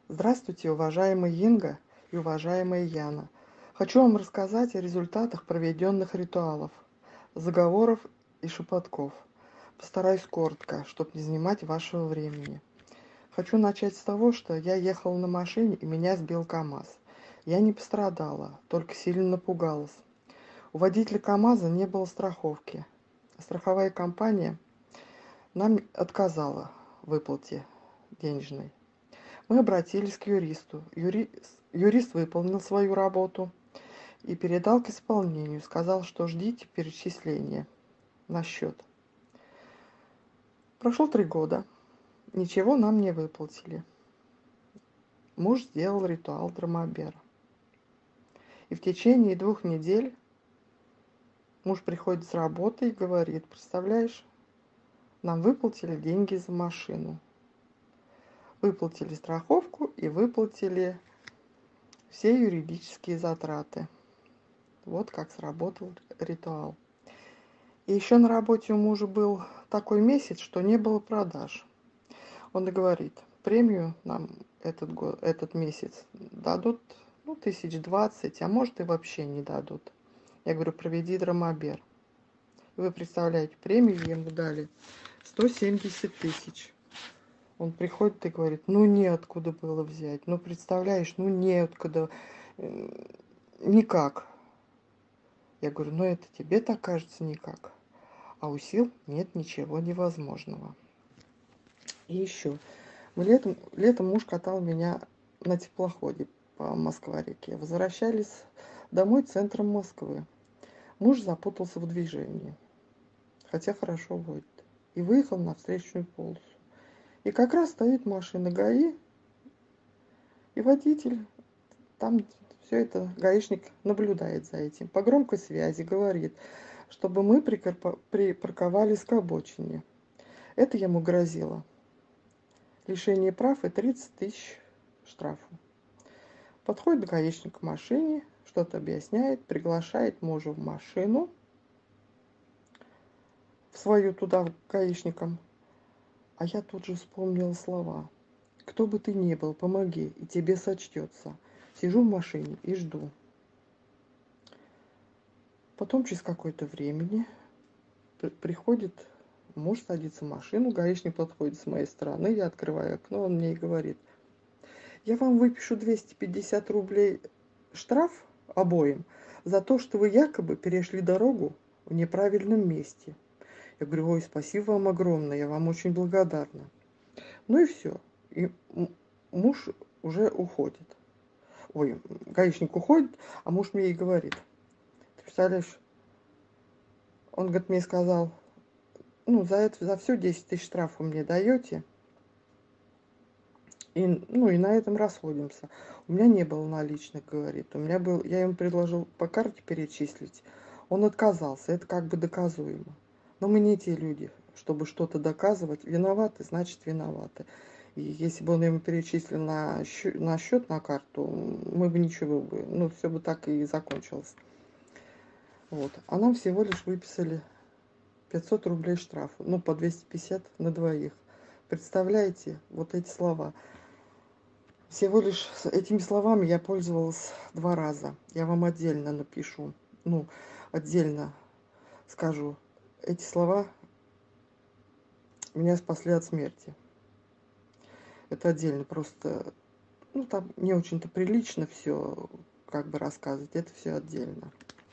Здравствуйте, уважаемый Инга и уважаемая Яна. Хочу вам рассказать о результатах проведенных ритуалов, заговоров и шепотков. Постараюсь коротко, чтобы не занимать вашего времени. Хочу начать с того, что я ехала на машине и меня сбил КамАЗ. Я не пострадала, только сильно напугалась. У водителя КамАЗа не было страховки. Страховая компания нам отказала в выплате денежной. Мы обратились к юристу. Юрист выполнил свою работу и передал к исполнению. Сказал, что ждите перечисления на счет. Прошло 3 года. Ничего нам не выплатили. Муж сделал ритуал Драмабера. И в течение 2 недель муж приходит с работы и говорит: представляешь, нам выплатили деньги за машину. Выплатили страховку и выплатили все юридические затраты. Вот как сработал ритуал. И еще на работе у мужа был такой месяц, что не было продаж. Он и говорит: премию нам этот месяц дадут, 1020, а может и вообще не дадут. Я говорю: проведи Драмабер. И вы представляете, премию ему дали 170 тысяч. Он приходит и говорит: неоткуда было взять. Представляешь, неоткуда. Никак. Я говорю: это тебе так кажется никак. А у сил нет ничего невозможного. И еще. Летом муж катал меня на теплоходе по Москва-реке. Возвращались домой центром Москвы. Муж запутался в движении, хотя хорошо водит, и выехал на встречную полосу. И как раз стоит машина ГАИ, и водитель, там все это, гаишник наблюдает за этим. По громкой связи говорит, чтобы мы припарковались к обочине. Это ему грозило лишение прав и 30 тысяч штрафу. Подходит гаишник к машине, что-то объясняет, приглашает мужа в машину, в свою туда гаишником. А я тут же вспомнила слова: кто бы ты ни был, помоги, и тебе сочтется. Сижу в машине и жду. Потом через какое-то времени приходит муж, садится в машину, гаишник подходит с моей стороны, я открываю окно, он мне и говорит: я вам выпишу 250 рублей штраф обоим за то, что вы якобы перешли дорогу в неправильном месте. Я говорю: ой, спасибо вам огромное, я вам очень благодарна. И все. И муж уже уходит. Ой, гаишник уходит, а муж мне и говорит: ты представляешь, он, говорит, мне сказал: за все 10 тысяч штрафа мне даете, и на этом расходимся. У меня не было наличных, говорит. Я ему предложил по карте перечислить. Он отказался. Это как бы доказуемо. Но мы не те люди, чтобы что-то доказывать. Виноваты, значит виноваты. И если бы он ему перечислил на счет, на карту, мы бы ничего бы, все бы так и закончилось. Вот. А нам всего лишь выписали 500 рублей штрафа. По 250 на двоих. Представляете, вот эти слова. Всего лишь этими словами я пользовалась 2 раза. Я вам отдельно напишу. Отдельно скажу. Эти слова меня спасли от смерти. Это отдельно просто, там не очень-то прилично все как бы рассказывать. Это все отдельно.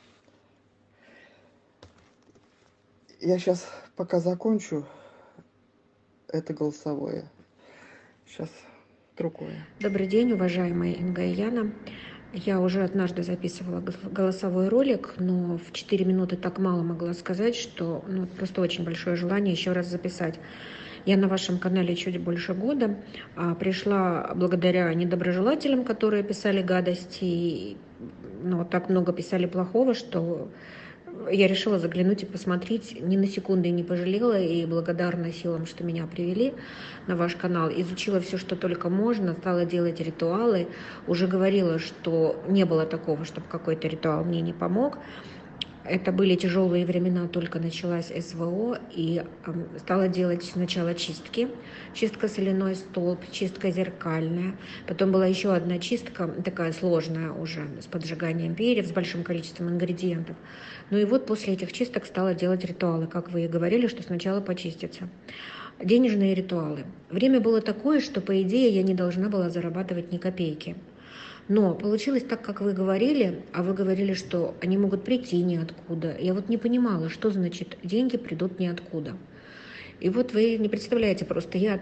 Я сейчас пока закончу это голосовое. Сейчас другое. Добрый день, уважаемая Инга и Яна. Я уже однажды записывала голосовой ролик, но в 4 минуты так мало могла сказать, что просто очень большое желание еще раз записать. Я на вашем канале чуть больше года, пришла благодаря недоброжелателям, которые писали гадости, так много писали плохого, что я решила заглянуть и посмотреть, ни на секунду не пожалела, и благодарна силам, что меня привели на ваш канал. Изучила все, что только можно, стала делать ритуалы. Уже говорила, что не было такого, чтобы какой-то ритуал мне не помог. Это были тяжелые времена, только началась СВО, и стала делать сначала чистки. Чистка соляной столб, чистка зеркальная. Потом была еще одна чистка, такая сложная уже, с поджиганием перьев, с большим количеством ингредиентов. Ну и вот после этих чисток стала делать ритуалы, как вы и говорили, что сначала почиститься. Денежные ритуалы. Время было такое, что, по идее, я не должна была зарабатывать ни копейки. Но получилось так, как вы говорили, а вы говорили, что они могут прийти ниоткуда. Я вот не понимала, что значит деньги придут ниоткуда. И вот вы не представляете, просто я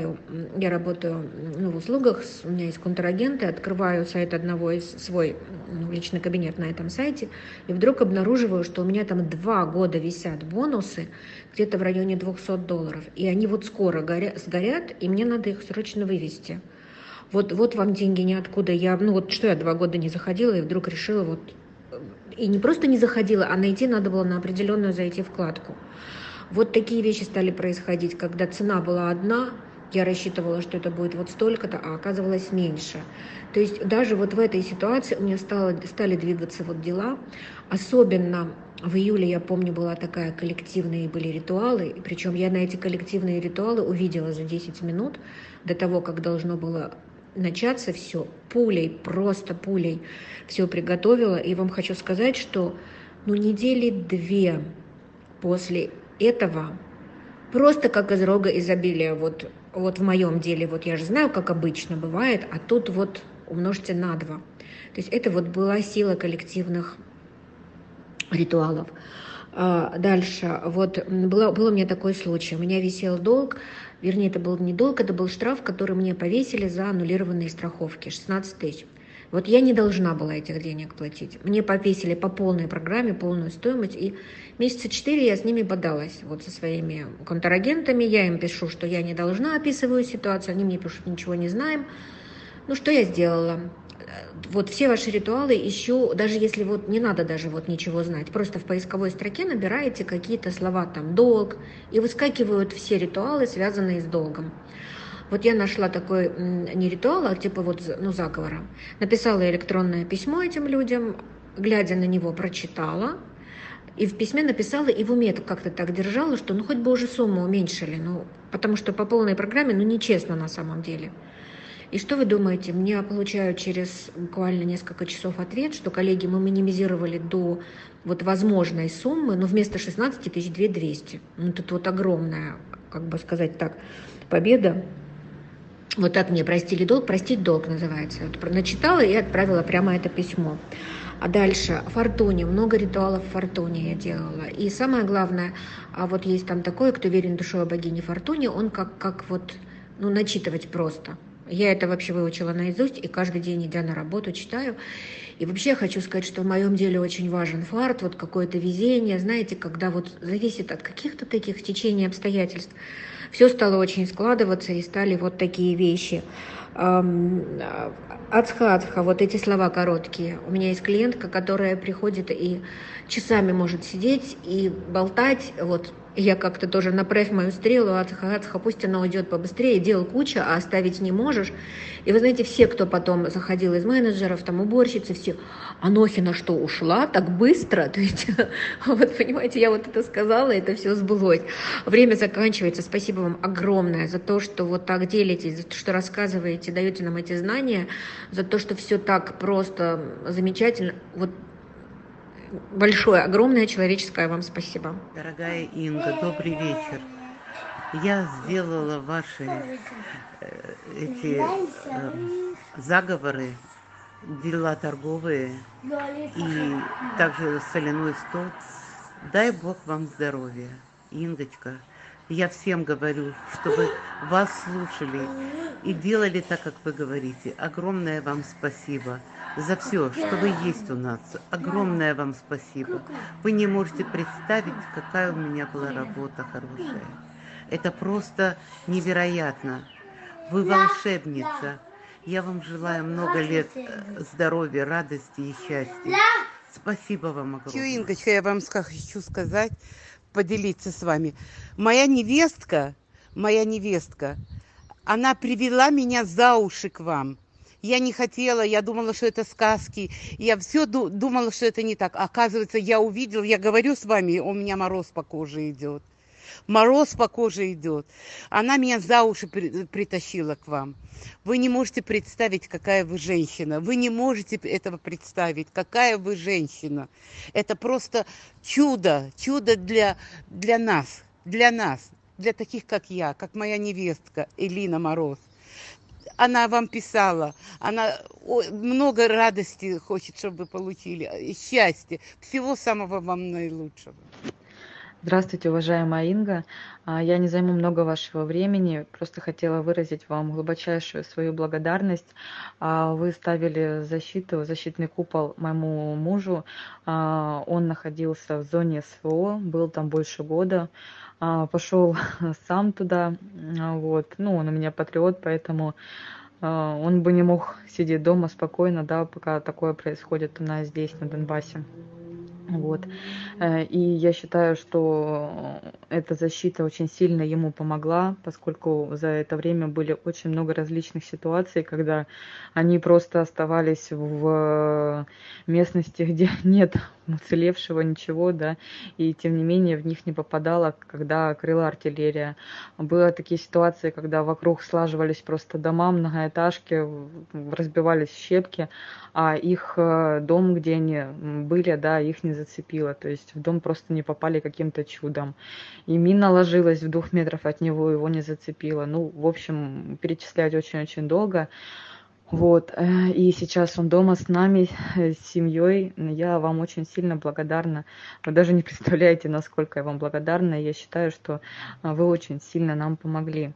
работаю в услугах, у меня есть контрагенты, открываю сайт одного из свой личный кабинет на этом сайте, и вдруг обнаруживаю, что у меня там 2 года висят бонусы, где-то в районе $200, и они вот скоро сгорят, и мне надо их срочно вывести. Вот вам деньги ниоткуда. Я 2 года не заходила, и вдруг решила и не просто не заходила, а найти надо было на определенную зайти вкладку. Вот такие вещи стали происходить, когда цена была одна, я рассчитывала, что это будет вот столько-то, а оказывалось меньше. То есть даже вот в этой ситуации у меня стали двигаться вот дела. Особенно в июле, я помню, коллективные были ритуалы, и причем я на эти коллективные ритуалы увидела за 10 минут до того, как должно было начаться все, просто пулей все приготовила. И вам хочу сказать, что недели 2 после этого просто как из рога изобилия. Вот в моем деле, я же знаю, как обычно бывает, а тут умножьте на 2. То есть это была сила коллективных ритуалов. Дальше, был у меня такой случай. У меня висел долг, вернее, это был не долг, это был штраф, который мне повесили за аннулированные страховки, 16 тысяч. Вот я не должна была этих денег платить. Мне повесили по полной программе, полную стоимость, и месяца 4 я с ними бодалась, со своими контрагентами. Я им пишу, что я не должна, описываю ситуацию, они мне пишут, ничего не знаем. Что я сделала? Все ваши ритуалы ищу, даже если не надо даже ничего знать, просто в поисковой строке набираете какие-то слова, там, долг, и выскакивают все ритуалы, связанные с долгом. Я нашла такой не ритуал, а заговора. Написала электронное письмо этим людям, глядя на него, прочитала, и в письме написала, и в уме как-то так держала, что хоть бы уже сумму уменьшили, потому что по полной программе, нечестно на самом деле. И что вы думаете? Мне получаю через буквально несколько часов ответ, что, коллеги, мы минимизировали до возможной суммы, но вместо 16 тысяч 200. Тут огромная, победа. Так мне простили долг, простить долг называется. Начитала и отправила прямо это письмо. А дальше, Фортуне, много ритуалов в Фортуне я делала. И самое главное, есть там такое, кто верен душой о богине Фортуне, он начитывать просто. Я это вообще выучила наизусть, и каждый день, идя на работу, читаю. И вообще я хочу сказать, что в моем деле очень важен фарт, какое-то везение, знаете, когда зависит от каких-то таких течений обстоятельств. Все стало очень складываться, и стали такие вещи. Ацха, эти слова короткие. У меня есть клиентка, которая приходит и часами может сидеть и болтать, я как-то тоже направь мою стрелу, ацха, пусть она уйдет побыстрее, дел куча, а оставить не можешь. И вы знаете, все, кто потом заходил из менеджеров, там уборщицы, все, Анохина что, ушла так быстро? То есть, понимаете, я это сказала, это все сбылось. Время заканчивается. Спасибо вам огромное за то, что так делитесь, за то, что рассказываете, даете нам эти знания, за то, что все так просто замечательно. Большое, огромное человеческое вам спасибо. Дорогая Инга, добрый вечер. Я сделала ваши эти заговоры, дела торговые и также соляной столб. Дай Бог вам здоровья, Ингочка. Я всем говорю, чтобы вас слушали и делали так, как вы говорите. Огромное вам спасибо за все, что вы есть у нас. Огромное вам спасибо. Вы не можете представить, какая у меня была работа хорошая. Это просто невероятно. Вы волшебница. Я вам желаю много лет здоровья, радости и счастья. Спасибо вам огромное. Ингочка, я вам хочу сказать, поделиться с вами. Моя невестка, она привела меня за уши к вам. Я не хотела, я думала, что это сказки. Я все думала, что это не так. Оказывается, я увидела, я говорю с вами, у меня мороз по коже идет. Мороз по коже идет. Она меня за уши притащила к вам. Вы не можете представить, какая вы женщина. Вы не можете этого представить, какая вы женщина. Это просто чудо, чудо для нас, для таких, как я, как моя невестка Элина Мороз. Она вам писала, она много радости хочет, чтобы вы получили, и счастья, всего самого вам наилучшего. Здравствуйте, уважаемая Инга. Я не займу много вашего времени, просто хотела выразить вам глубочайшую свою благодарность. Вы ставили защитный купол моему мужу. Он находился в зоне СВО, был там больше года. Пошел сам туда. Вот. Ну, он у меня патриот, поэтому он бы не мог сидеть дома спокойно, да, пока такое происходит у нас здесь, на Донбассе. Вот. И я считаю, что эта защита очень сильно ему помогла, поскольку за это время были очень много различных ситуаций, когда они просто оставались в местности, где нет уцелевшего ничего, да, и тем не менее в них не попадала, когда крыла артиллерия. Были такие ситуации, когда вокруг слаживались просто дома, многоэтажки, разбивались в щепки, а их дом, где они были, да, их не зацепило. То есть в дом просто не попали каким-то чудом. И мина ложилась в 2 метрах от него, его не зацепило. Ну, в общем, перечислять очень-очень долго. Вот, и сейчас он дома с нами, с семьей. Я вам очень сильно благодарна. Вы даже не представляете, насколько я вам благодарна. Я считаю, что вы очень сильно нам помогли.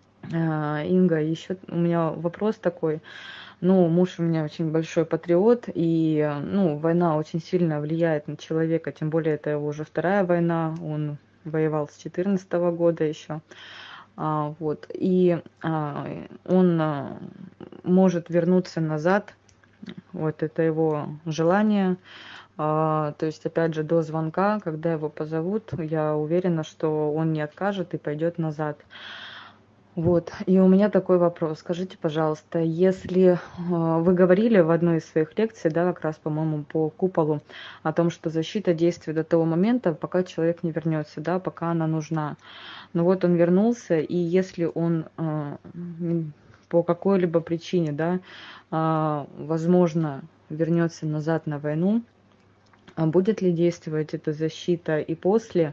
Инга, еще у меня вопрос такой. Ну, муж у меня очень большой патриот, и, ну, война очень сильно влияет на человека, тем более это его уже 2-я война, он воевал с 2014 года еще. Вот, и он может вернуться назад, вот это его желание. То есть, опять же, до звонка, когда его позовут, я уверена, что он не откажет и пойдет назад. Вот, и у меня такой вопрос. Скажите, пожалуйста, если вы говорили в одной из своих лекций, да, как раз, по-моему, по куполу, о том, что защита действует до того момента, пока человек не вернется, да, пока она нужна. Но вот он вернулся, и если он по какой-либо причине, да, возможно, вернется назад на войну, будет ли действовать эта защита и после,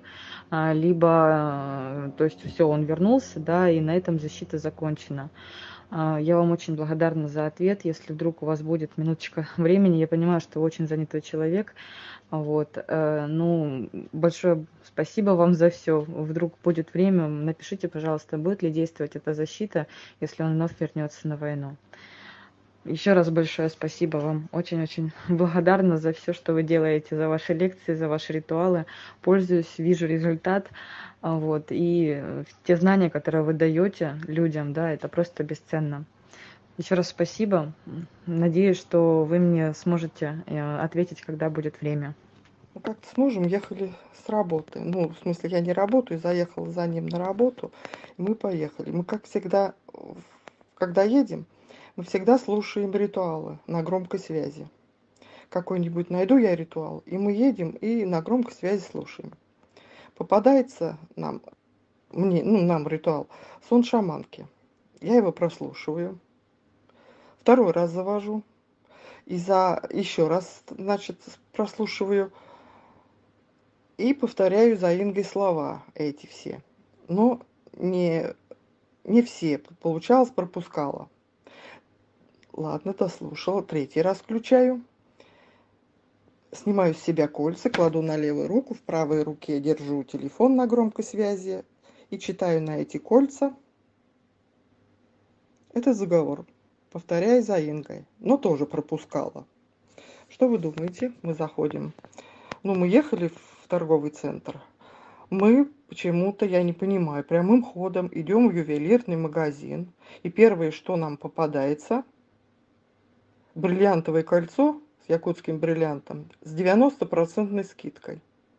либо, то есть все, он вернулся, да, и на этом защита закончена. Я вам очень благодарна за ответ. Если вдруг у вас будет минуточка времени, я понимаю, что вы очень занятой человек. Вот, ну, большое спасибо вам за все. Вдруг будет время, напишите, пожалуйста, будет ли действовать эта защита, если он вновь вернется на войну. Еще раз большое спасибо вам. Очень-очень благодарна за все, что вы делаете, за ваши лекции, за ваши ритуалы. Пользуюсь, вижу результат. Вот, и те знания, которые вы даете людям, да, это просто бесценно. Еще раз спасибо. Надеюсь, что вы мне сможете ответить, когда будет время. Мы как-то с мужем ехали с работы. Ну, в смысле, я не работаю, заехала за ним на работу, и мы поехали. Мы, как всегда, когда едем, мы всегда слушаем ритуалы на громкой связи. Какой-нибудь найду я ритуал, и мы едем и на громкой связи слушаем. Попадается нам ритуал «Сон шаманки». Я его прослушиваю, 2-й раз завожу, и еще раз, значит, прослушиваю, и повторяю за Ингой слова эти все. Но не все, получалось, пропускала. Ладно, дослушала, 3-й раз включаю. Снимаю с себя кольца, кладу на левую руку, в правой руке держу телефон на громкой связи и читаю на эти кольца. Это заговор. Повторяю за Ингой, но тоже пропускала. Что вы думаете? Мы заходим. Мы ехали в торговый центр. Мы почему-то, я не понимаю, прямым ходом идем в ювелирный магазин. И первое, что нам попадается, бриллиантовое кольцо с якутским бриллиантом с 90% скидкой.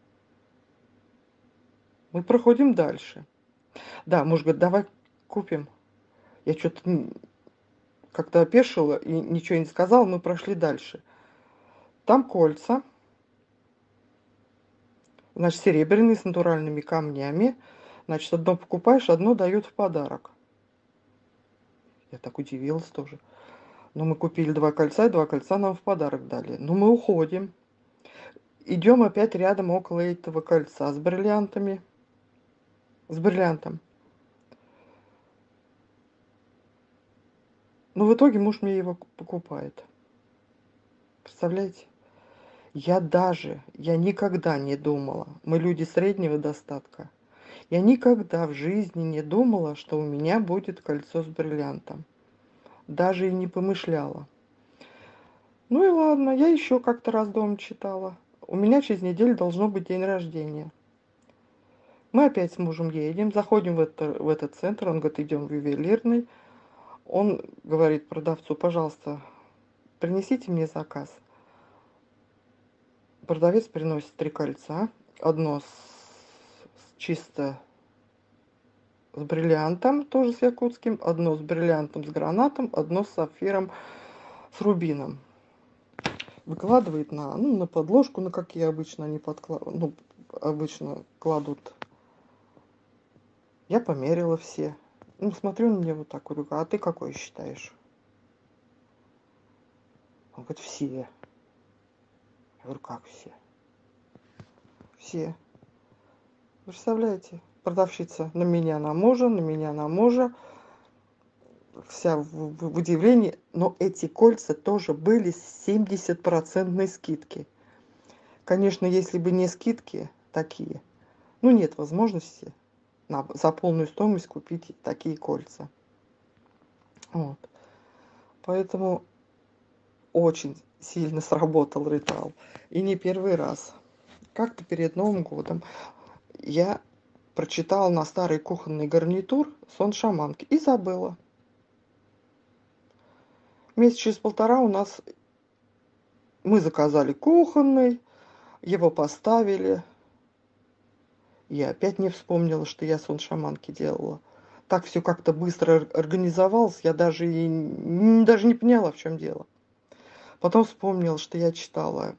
Мы проходим дальше. Да, муж говорит, давай купим. Я что-то как-то опешила и ничего не сказала, мы прошли дальше. Там кольца, значит, серебряные с натуральными камнями. Значит, одно покупаешь, одно дают в подарок. Я так удивилась тоже. Но мы купили 2 кольца, и 2 кольца нам в подарок дали. Ну, мы уходим. Идем опять рядом около этого кольца с бриллиантами. С бриллиантом. Но в итоге муж мне его покупает. Представляете? Я никогда не думала, мы люди среднего достатка, я никогда в жизни не думала, что у меня будет кольцо с бриллиантом. Даже и не помышляла. Ну и ладно, я еще как-то раз дома читала. У меня через неделю должно быть день рождения. Мы опять с мужем едем, заходим в этот центр, он говорит, идем в ювелирный. Он говорит продавцу, пожалуйста, принесите мне заказ. Продавец приносит 3 кольца. Одно чисто с бриллиантом, тоже с якутским. Одно с бриллиантом, с гранатом. Одно с сапфиром, с рубином. Выкладывает на подложку, на какие обычно они обычно кладут. Я померила все. Смотрю на меня вот так, говорю, а ты какой считаешь? Он говорит, все. Я говорю, как все? Все. Представляете? Продавщица на меня, на мужа. Вся в удивлении. Но эти кольца тоже были с 70% скидки. Конечно, если бы не скидки такие, нет возможности за полную стоимость купить такие кольца. Вот. Поэтому очень сильно сработал ритуал. И не первый раз. Как-то перед Новым годом я прочитала на старый кухонный гарнитур «Сон шаманки» и забыла. Месяц через 1,5 мы заказали кухонный, его поставили. Я опять не вспомнила, что я сон шаманки делала. Так все как-то быстро организовалось, я даже не поняла, в чем дело. Потом вспомнила, что я читала.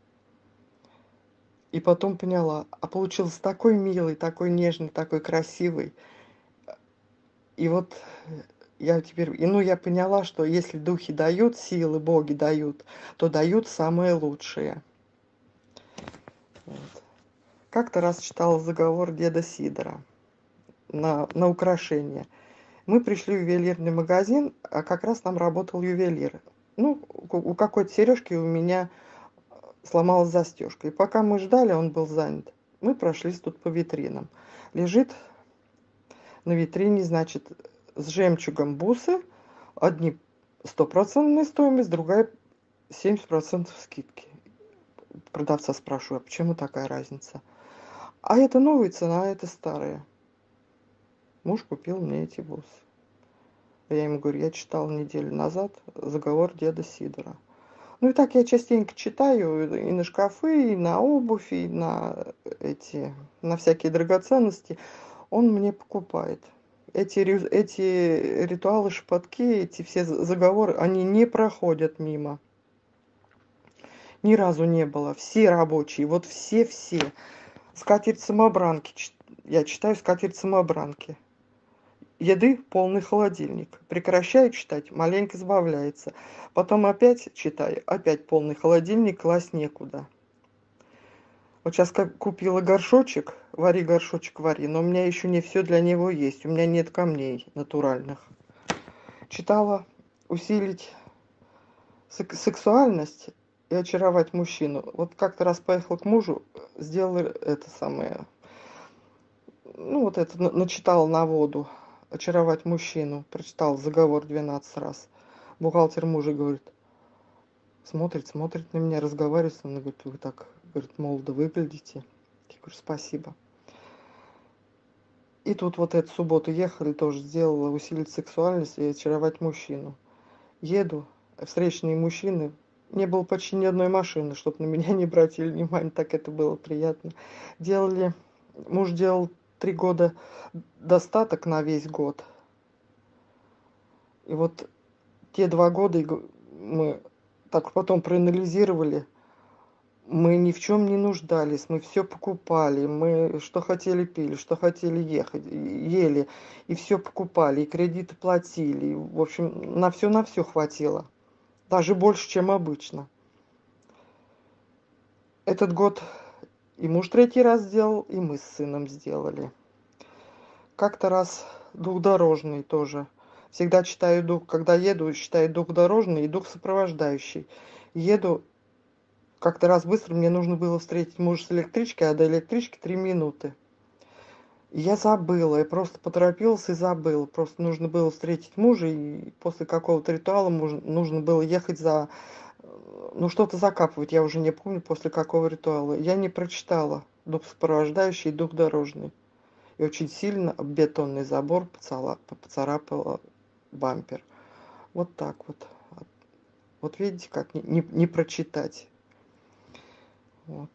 И потом поняла, а получился такой милый, такой нежный, такой красивый. И вот я теперь, я поняла, что если духи дают силы, боги дают, то дают самое лучшее. Вот. Как-то раз читала заговор деда Сидора на украшение. Мы пришли в ювелирный магазин, а как раз там работал ювелир. У какой-то сережки у меня сломалась застежка. И пока мы ждали, он был занят. Мы прошлись тут по витринам. Лежит на витрине, значит, с жемчугом бусы. Одни 100% стоимость, другая 70% скидки. Продавца спрашиваю, а почему такая разница? А это новая цена, а это старая. Муж купил мне эти бусы. Я ему говорю, я читал неделю назад заговор деда Сидора. И так я частенько читаю и на шкафы, и на обувь, и на всякие драгоценности. Он мне покупает. Эти ритуалы, шепотки, эти все заговоры, они не проходят мимо. Ни разу не было. Все рабочие, вот все. Скатерть-самобранки. Я читаю скатерть-самобранки. Еды полный холодильник. Прекращаю читать, маленько сбавляется. Потом опять читаю, опять полный холодильник, класть некуда. Вот сейчас как купила горшочек, горшочек вари, но у меня еще не все для него есть. У меня нет камней натуральных. Читала усилить сексуальность и очаровать мужчину. Вот как-то раз поехала к мужу, сделала это самое. Начитала на воду. Очаровать мужчину. Прочитал заговор 12 раз. Бухгалтер мужа говорит, смотрит на меня, разговаривает со мной, говорит, вы так, говорит, молодо выглядите. Я говорю, спасибо. И тут вот эту субботу ехали, тоже сделала усилить сексуальность и очаровать мужчину. Еду, встречные мужчины, не было почти ни одной машины, чтобы на меня не обратили внимания, так это было приятно. Муж делал 3 года достаток на весь год. И вот те 2 года мы так потом проанализировали, мы ни в чем не нуждались, мы все покупали, мы что хотели пили, что хотели ели, и все покупали, и кредиты платили. В общем, на все хватило. Даже больше, чем обычно. Этот год и муж 3-й раз сделал, и мы с сыном сделали. Как-то раз двухдорожный тоже. Всегда читаю когда еду, читаю двухдорожный и дух сопровождающий. Еду, как-то раз быстро мне нужно было встретить мужа с электричкой, а до электрички 3 минуты. И я забыла, я просто поторопилась и забыла. Просто нужно было встретить мужа, и после какого-то ритуала нужно было ехать что-то закапывать, я уже не помню, после какого ритуала. Я не прочитала дух сопровождающий и дух дорожный. И очень сильно об бетонный забор поцарапала бампер. Вот так вот. Вот видите, как не прочитать. Вот.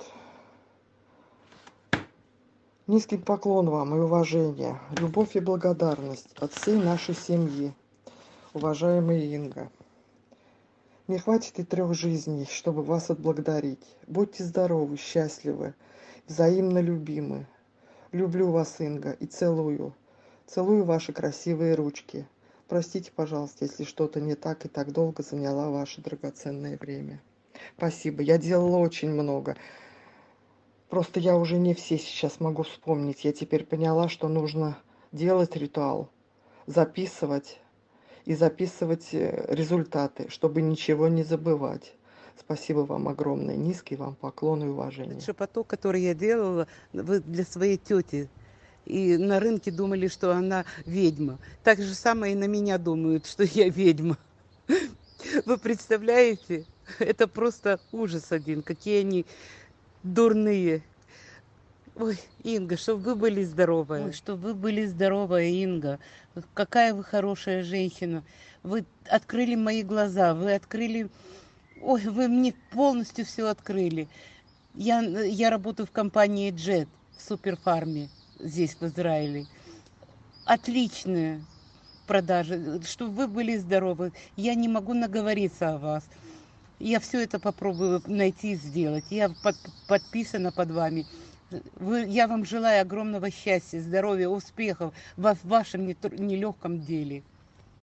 Низкий поклон вам и уважение, любовь и благодарность от всей нашей семьи, уважаемая Инга. Не хватит и 3 жизней, чтобы вас отблагодарить. Будьте здоровы, счастливы, взаимно любимы. Люблю вас, Инга, и целую. Целую ваши красивые ручки. Простите, пожалуйста, если что-то не так и так долго заняла ваше драгоценное время. Спасибо. Я делала очень много. Просто я уже не все сейчас могу вспомнить. Я теперь поняла, что нужно делать ритуал, записывать результаты, чтобы ничего не забывать. Спасибо вам огромное. Низкий вам поклон и уважение. Это шепоток, который я делала для своей тети. И на рынке думали, что она ведьма. Так же самое и на меня думают, что я ведьма. Вы представляете? Это просто ужас один. Какие они дурные. Ой, Инга, чтобы вы были здоровы. Ой, чтобы вы были здоровы, Инга. Какая вы хорошая женщина. Вы открыли мои глаза. Вы открыли... Ой, вы мне полностью все открыли. Я работаю в компании Jet в Суперфарме здесь, в Израиле. Отличные продажи. Чтобы вы были здоровы. Я не могу наговориться о вас. Я все это попробую найти и сделать. Я подписана под вами. Я вам желаю огромного счастья, здоровья, успехов в вашем нелегком деле.